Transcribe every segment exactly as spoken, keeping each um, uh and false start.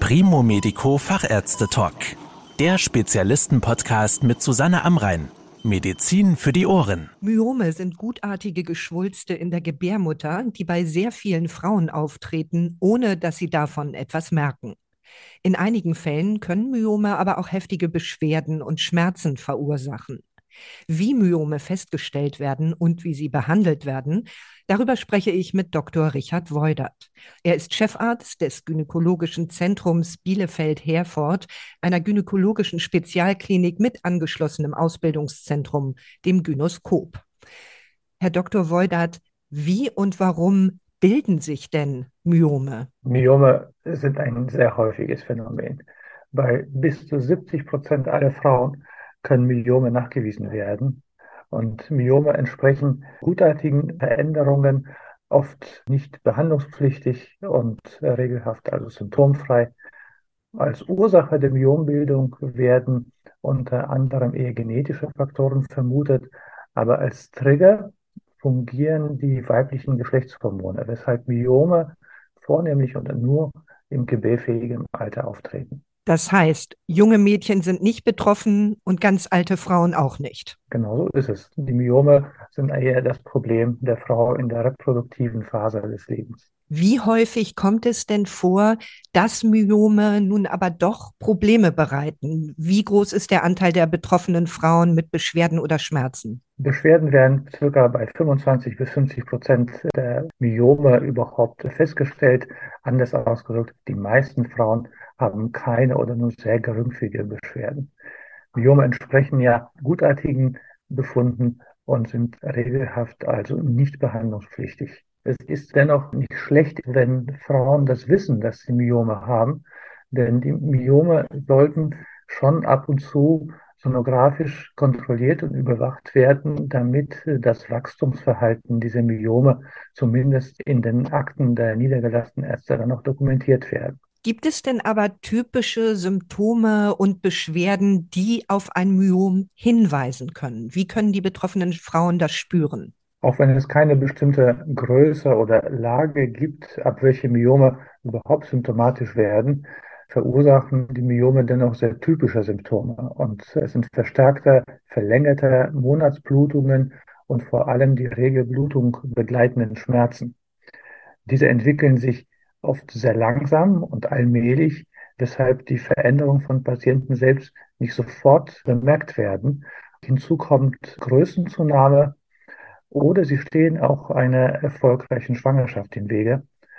Primo Medico Fachärzte-Talk. Der Spezialisten-Podcast mit Susanne Amrein. Medizin für die Ohren. Myome sind gutartige Geschwulste in der Gebärmutter, die bei sehr vielen Frauen auftreten, ohne dass sie davon etwas merken. In einigen Fällen können Myome aber auch heftige Beschwerden und Schmerzen verursachen. Wie Myome festgestellt werden und wie sie behandelt werden, darüber spreche ich mit Doktor Richard Woidert. Er ist Chefarzt des Gynäkologischen Zentrums Bielefeld-Herford, einer gynäkologischen Spezialklinik mit angeschlossenem Ausbildungszentrum, dem Gynoskop. Herr Doktor Woidert, wie und warum bilden sich denn Myome? Myome sind ein sehr häufiges Phänomen. Bei bis zu siebzig Prozent aller Frauen können Myome nachgewiesen werden. Und Myome entsprechen gutartigen Veränderungen, oft nicht behandlungspflichtig und regelhaft, also symptomfrei. Als Ursache der Myombildung werden unter anderem eher genetische Faktoren vermutet, aber als Trigger fungieren die weiblichen Geschlechtshormone, weshalb Myome vornehmlich und nur im gebärfähigen Alter auftreten. Das heißt, junge Mädchen sind nicht betroffen und ganz alte Frauen auch nicht. Genau so ist es. Die Myome sind eher das Problem der Frau in der reproduktiven Phase des Lebens. Wie häufig kommt es denn vor, dass Myome nun aber doch Probleme bereiten? Wie groß ist der Anteil der betroffenen Frauen mit Beschwerden oder Schmerzen? Beschwerden werden circa bei fünfundzwanzig bis fünfzig Prozent der Myome überhaupt festgestellt. Anders ausgedrückt, die meisten Frauen haben keine oder nur sehr geringfügige Beschwerden. Myome entsprechen ja gutartigen Befunden und sind regelhaft, also nicht behandlungspflichtig. Es ist dennoch nicht schlecht, wenn Frauen das wissen, dass sie Myome haben, denn die Myome sollten schon ab und zu sonografisch kontrolliert und überwacht werden, damit das Wachstumsverhalten dieser Myome zumindest in den Akten der niedergelassenen Ärzte dann noch dokumentiert werden. Gibt es denn aber typische Symptome und Beschwerden, die auf ein Myom hinweisen können? Wie können die betroffenen Frauen das spüren? Auch wenn es keine bestimmte Größe oder Lage gibt, ab welche Myome überhaupt symptomatisch werden, verursachen die Myome dennoch sehr typische Symptome. Und es sind verstärkte, verlängerte Monatsblutungen und vor allem die rege Blutung begleitenden Schmerzen. Diese entwickeln sich oft sehr langsam und allmählich, weshalb die Veränderungen von Patienten selbst nicht sofort bemerkt werden. Hinzu kommt Größenzunahme oder sie stehen auch einer erfolgreichen Schwangerschaft im Wege.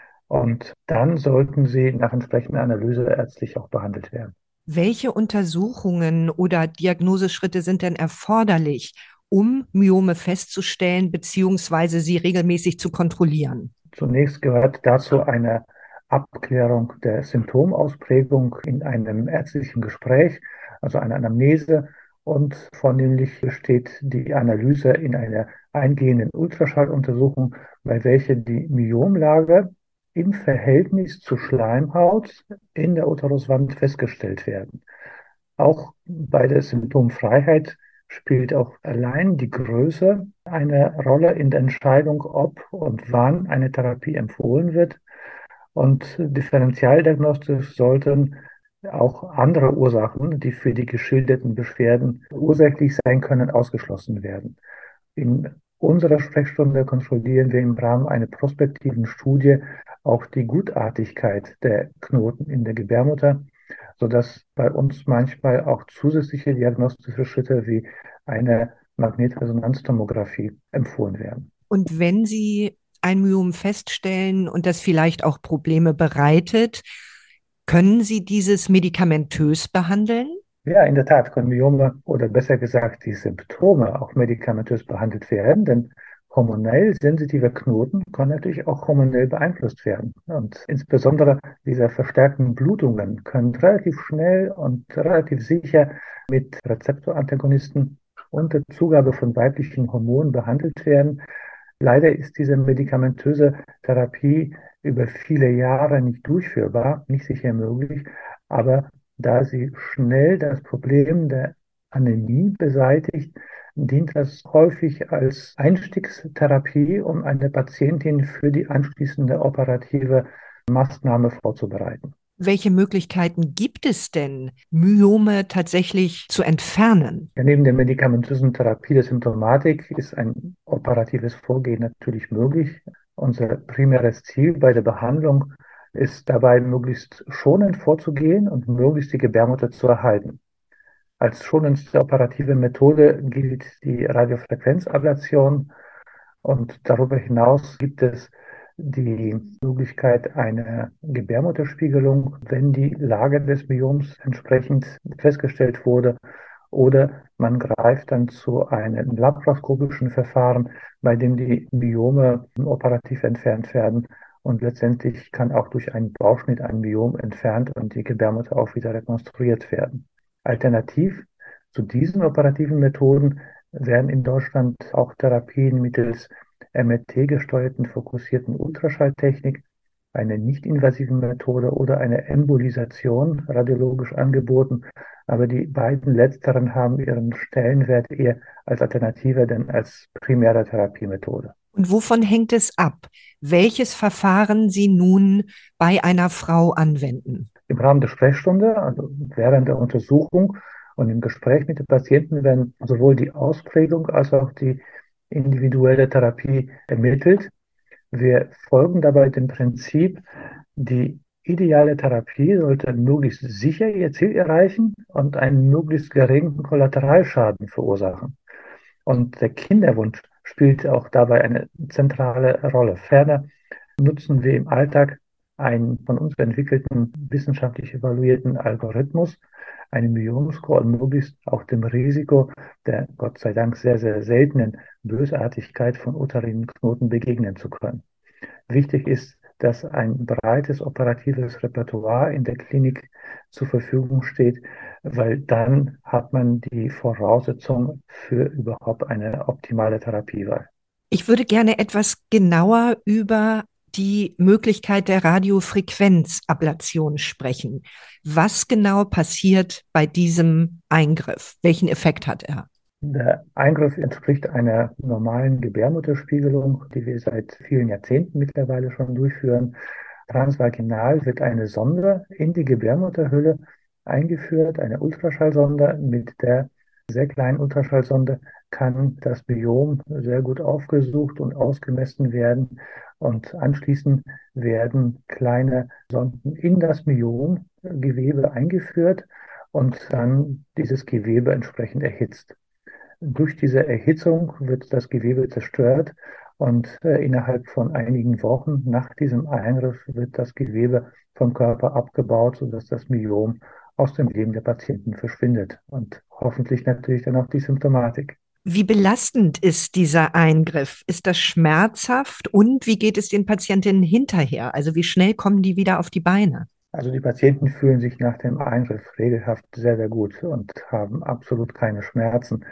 Und dann sollten sie nach entsprechender Analyse ärztlich auch behandelt werden. Welche Untersuchungen oder Diagnoseschritte sind denn erforderlich, um Myome festzustellen bzw. sie regelmäßig zu kontrollieren? Zunächst gehört dazu eine Abklärung der Symptomausprägung in einem ärztlichen Gespräch, also eine Anamnese. Und vornehmlich besteht die Analyse in einer eingehenden Ultraschalluntersuchung, bei welcher die Myomlage im Verhältnis zur Schleimhaut in der Uteruswand festgestellt werden. Auch bei der Symptomfreiheit spielt auch allein die Größe eine Rolle in der Entscheidung, ob und wann eine Therapie empfohlen wird. Und differentialdiagnostisch sollten auch andere Ursachen, die für die geschilderten Beschwerden ursächlich sein können, ausgeschlossen werden. In unserer Sprechstunde kontrollieren wir im Rahmen einer prospektiven Studie auch die Gutartigkeit der Knoten in der Gebärmutter, sodass bei uns manchmal auch zusätzliche diagnostische Schritte wie eine Magnetresonanztomographie empfohlen werden. Und wenn Sie ein Myom feststellen und das vielleicht auch Probleme bereitet, können Sie dieses medikamentös behandeln? Ja, in der Tat können Myome oder besser gesagt die Symptome auch medikamentös behandelt werden, denn hormonell sensitive Knoten können natürlich auch hormonell beeinflusst werden. Und insbesondere diese verstärkten Blutungen können relativ schnell und relativ sicher mit Rezeptorantagonisten unter Zugabe von weiblichen Hormonen behandelt werden. Leider ist diese medikamentöse Therapie über viele Jahre nicht durchführbar, nicht sicher möglich, aber da sie schnell das Problem der Anämie beseitigt, dient das häufig als Einstiegstherapie, um eine Patientin für die anschließende operative Maßnahme vorzubereiten. Welche Möglichkeiten gibt es denn, Myome tatsächlich zu entfernen? Ja, neben der medikamentösen Therapie der Symptomatik ist ein operatives Vorgehen natürlich möglich. Unser primäres Ziel bei der Behandlung ist dabei, möglichst schonend vorzugehen und möglichst die Gebärmutter zu erhalten. Als schonendste operative Methode gilt die Radiofrequenzablation und darüber hinaus gibt es die Möglichkeit einer Gebärmutterspiegelung, wenn die Lage des Myoms entsprechend festgestellt wurde. Oder man greift dann zu einem laparoskopischen Verfahren, bei dem die Myome operativ entfernt werden. Und letztendlich kann auch durch einen Bauchschnitt ein Myom entfernt und die Gebärmutter auch wieder rekonstruiert werden. Alternativ zu diesen operativen Methoden werden in Deutschland auch Therapien mittels M R T-gesteuerten fokussierten Ultraschalltechnik, eine nicht-invasive Methode oder eine Embolisation radiologisch angeboten. Aber die beiden letzteren haben ihren Stellenwert eher als Alternative denn als primäre Therapiemethode. Und wovon hängt es ab, welches Verfahren Sie nun bei einer Frau anwenden? Im Rahmen der Sprechstunde, also während der Untersuchung und im Gespräch mit den Patienten, werden sowohl die Ausprägung als auch die individuelle Therapie ermittelt. Wir folgen dabei dem Prinzip, die ideale Therapie sollte möglichst sicher ihr Ziel erreichen und einen möglichst geringen Kollateralschaden verursachen. Und der Kinderwunsch spielt auch dabei eine zentrale Rolle. Ferner nutzen wir im Alltag einen von uns entwickelten, wissenschaftlich evaluierten Algorithmus, einen Myom-Score, um möglichst auch dem Risiko der Gott sei Dank sehr, sehr seltenen Bösartigkeit von uterinen Knoten begegnen zu können. Wichtig ist, dass ein breites operatives Repertoire in der Klinik zur Verfügung steht, weil dann hat man die Voraussetzung für überhaupt eine optimale Therapiewahl. Ich würde gerne etwas genauer über die Möglichkeit der Radiofrequenzablation sprechen. Was genau passiert bei diesem Eingriff? Welchen Effekt hat er? Der Eingriff entspricht einer normalen Gebärmutterspiegelung, die wir seit vielen Jahrzehnten mittlerweile schon durchführen. Transvaginal wird eine Sonde in die Gebärmutterhülle eingeführt, eine Ultraschallsonde. Mit der sehr kleinen Ultraschallsonde kann das Myom sehr gut aufgesucht und ausgemessen werden. Und anschließend werden kleine Sonden in das Myomgewebe eingeführt und dann dieses Gewebe entsprechend erhitzt. Durch diese Erhitzung wird das Gewebe zerstört und äh, innerhalb von einigen Wochen nach diesem Eingriff wird das Gewebe vom Körper abgebaut, sodass das Myom aus dem Leben der Patienten verschwindet und hoffentlich natürlich dann auch die Symptomatik. Wie belastend ist dieser Eingriff? Ist das schmerzhaft und wie geht es den Patientinnen hinterher? Also wie schnell kommen die wieder auf die Beine? Also die Patienten fühlen sich nach dem Eingriff regelhaft sehr, sehr gut und haben absolut keine Schmerzen.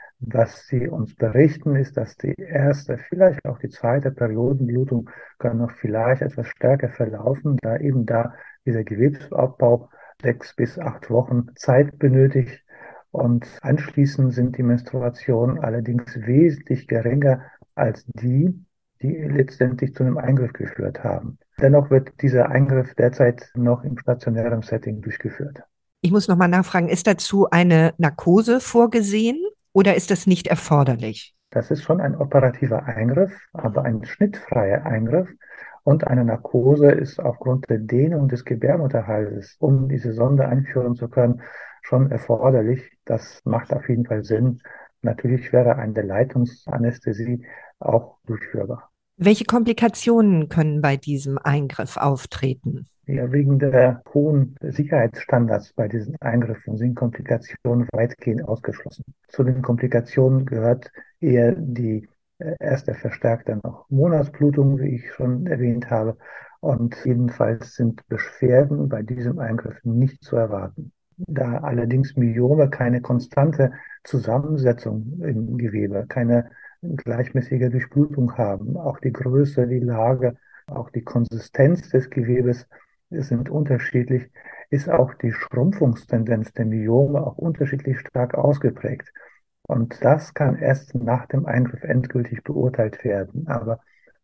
Was sie uns berichten, ist, dass die erste, vielleicht auch die zweite Periodenblutung kann noch vielleicht etwas stärker verlaufen, da eben da dieser Gewebsabbau sechs bis acht Wochen Zeit benötigt. Und anschließend sind die Menstruationen allerdings wesentlich geringer als die, die letztendlich zu einem Eingriff geführt haben. Dennoch wird dieser Eingriff derzeit noch im stationären Setting durchgeführt. Ich muss noch mal nachfragen, ist dazu eine Narkose vorgesehen oder ist das nicht erforderlich? Das ist schon ein operativer Eingriff, aber ein schnittfreier Eingriff. Und eine Narkose ist aufgrund der Dehnung des Gebärmutterhalses, um diese Sonde einführen zu können, schon erforderlich. Das macht auf jeden Fall Sinn. Natürlich wäre eine Leitungsanästhesie auch durchführbar. Welche Komplikationen können bei diesem Eingriff auftreten? Ja, wegen der hohen Sicherheitsstandards bei diesen Eingriffen sind Komplikationen weitgehend ausgeschlossen. Zu den Komplikationen gehört eher die äh, erste verstärkte noch Monatsblutung, wie ich schon erwähnt habe. Und jedenfalls sind Beschwerden bei diesem Eingriff nicht zu erwarten. Da allerdings Myome keine konstante Zusammensetzung im Gewebe, keine gleichmäßige Durchblutung haben, auch die Größe, die Lage, auch die Konsistenz des Gewebes sind unterschiedlich, ist auch die Schrumpfungstendenz der Myome auch unterschiedlich stark ausgeprägt. Und das kann erst nach dem Eingriff endgültig beurteilt werden. Aber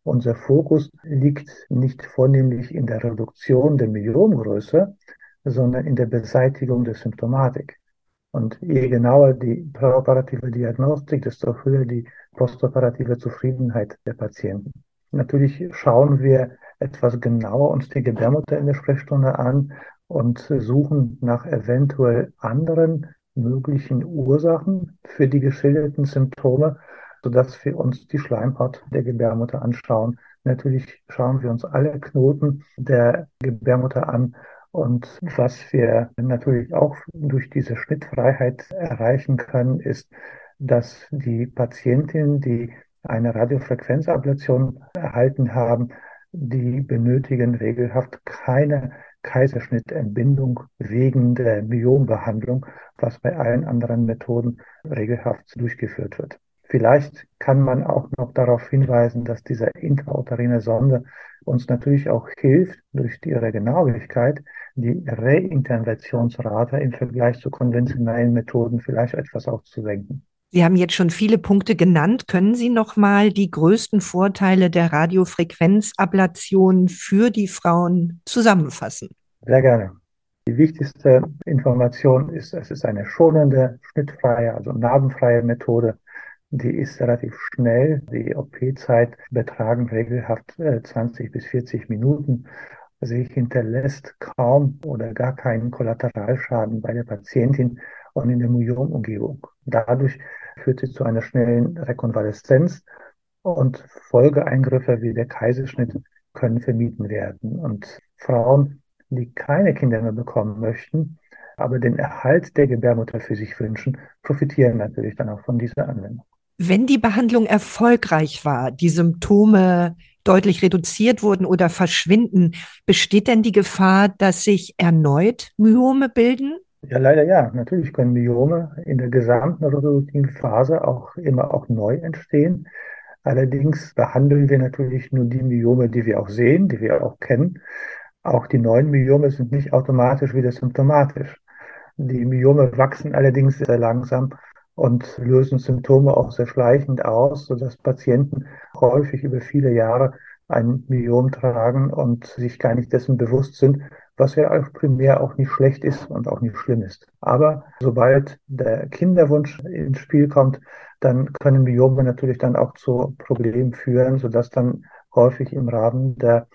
unser Fokus liegt nicht vornehmlich in der Reduktion der Myomgröße, sondern in der Beseitigung der Symptomatik. Und je genauer die präoperative Diagnostik, desto höher die postoperative Zufriedenheit der Patienten. Natürlich schauen wir etwas genauer uns die Gebärmutter in der Sprechstunde an und suchen nach eventuell anderen möglichen Ursachen für die geschilderten Symptome, sodass wir uns die Schleimhaut der Gebärmutter anschauen. Natürlich schauen wir uns alle Knoten der Gebärmutter an. Und was wir natürlich auch durch diese Schnittfreiheit erreichen können, ist, dass die Patientinnen, die eine Radiofrequenzablation erhalten haben, die benötigen regelhaft keine Kaiserschnittentbindung wegen der Myombehandlung, was bei allen anderen Methoden regelhaft durchgeführt wird. Vielleicht kann man auch noch darauf hinweisen, dass diese intrauterine Sonde uns natürlich auch hilft, durch ihre Genauigkeit die Reinterventionsrate im Vergleich zu konventionellen Methoden vielleicht etwas auch zu senken. Sie haben jetzt schon viele Punkte genannt. Können Sie noch mal die größten Vorteile der Radiofrequenzablation für die Frauen zusammenfassen? Sehr gerne. Die wichtigste Information ist, es ist eine schonende, schnittfreie, also narbenfreie Methode. Die ist relativ schnell. Die O P-Zeit betragen regelhaft zwanzig bis vierzig Minuten. Sie hinterlässt kaum oder gar keinen Kollateralschaden bei der Patientin und in der Myomumgebung. Dadurch führt sie zu einer schnellen Rekonvaleszenz und Folgeeingriffe wie der Kaiserschnitt können vermieden werden. Und Frauen, die keine Kinder mehr bekommen möchten, aber den Erhalt der Gebärmutter für sich wünschen, profitieren natürlich dann auch von dieser Anwendung. Wenn die Behandlung erfolgreich war, die Symptome deutlich reduziert wurden oder verschwinden, besteht denn die Gefahr, dass sich erneut Myome bilden? Ja, leider ja. Natürlich können Myome in der gesamten reproduktiven Phase auch immer auch neu entstehen. Allerdings behandeln wir natürlich nur die Myome, die wir auch sehen, die wir auch kennen. Auch die neuen Myome sind nicht automatisch wieder symptomatisch. Die Myome wachsen allerdings sehr langsam und lösen Symptome auch sehr schleichend aus, sodass Patienten häufig über viele Jahre ein Myom tragen und sich gar nicht dessen bewusst sind, was ja auch primär auch nicht schlecht ist und auch nicht schlimm ist. Aber sobald der Kinderwunsch ins Spiel kommt, dann können Myome natürlich dann auch zu Problemen führen, sodass dann häufig im Rahmen der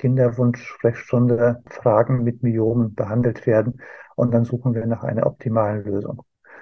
Kinderwunsch-Sprechstunde Fragen mit Myomen behandelt werden und dann suchen wir nach einer optimalen Lösung.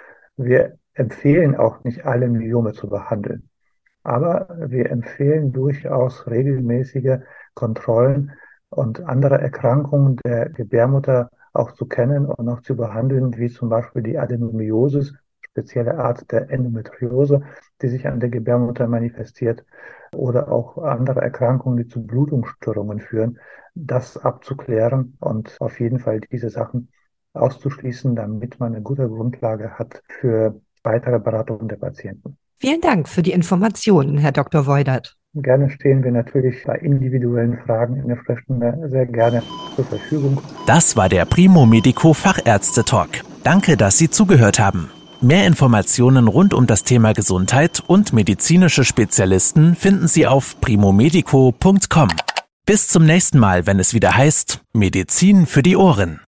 Wir empfehlen auch nicht alle Myome zu behandeln, aber wir empfehlen durchaus regelmäßige Kontrollen und andere Erkrankungen der Gebärmutter auch zu kennen und auch zu behandeln, wie zum Beispiel die Adenomyosis, spezielle Art der Endometriose, die sich an der Gebärmutter manifestiert, oder auch andere Erkrankungen, die zu Blutungsstörungen führen, das abzuklären und auf jeden Fall diese Sachen auszuschließen, damit man eine gute Grundlage hat für weitere Beratung der Patienten. Vielen Dank für die Informationen, Herr Doktor Woidert. Gerne stehen wir natürlich bei individuellen Fragen in der Sprechstunde sehr gerne zur Verfügung. Das war der Primo Medico Fachärzte-Talk. Danke, dass Sie zugehört haben. Mehr Informationen rund um das Thema Gesundheit und medizinische Spezialisten finden Sie auf primomedico punkt com. Bis zum nächsten Mal, wenn es wieder heißt Medizin für die Ohren.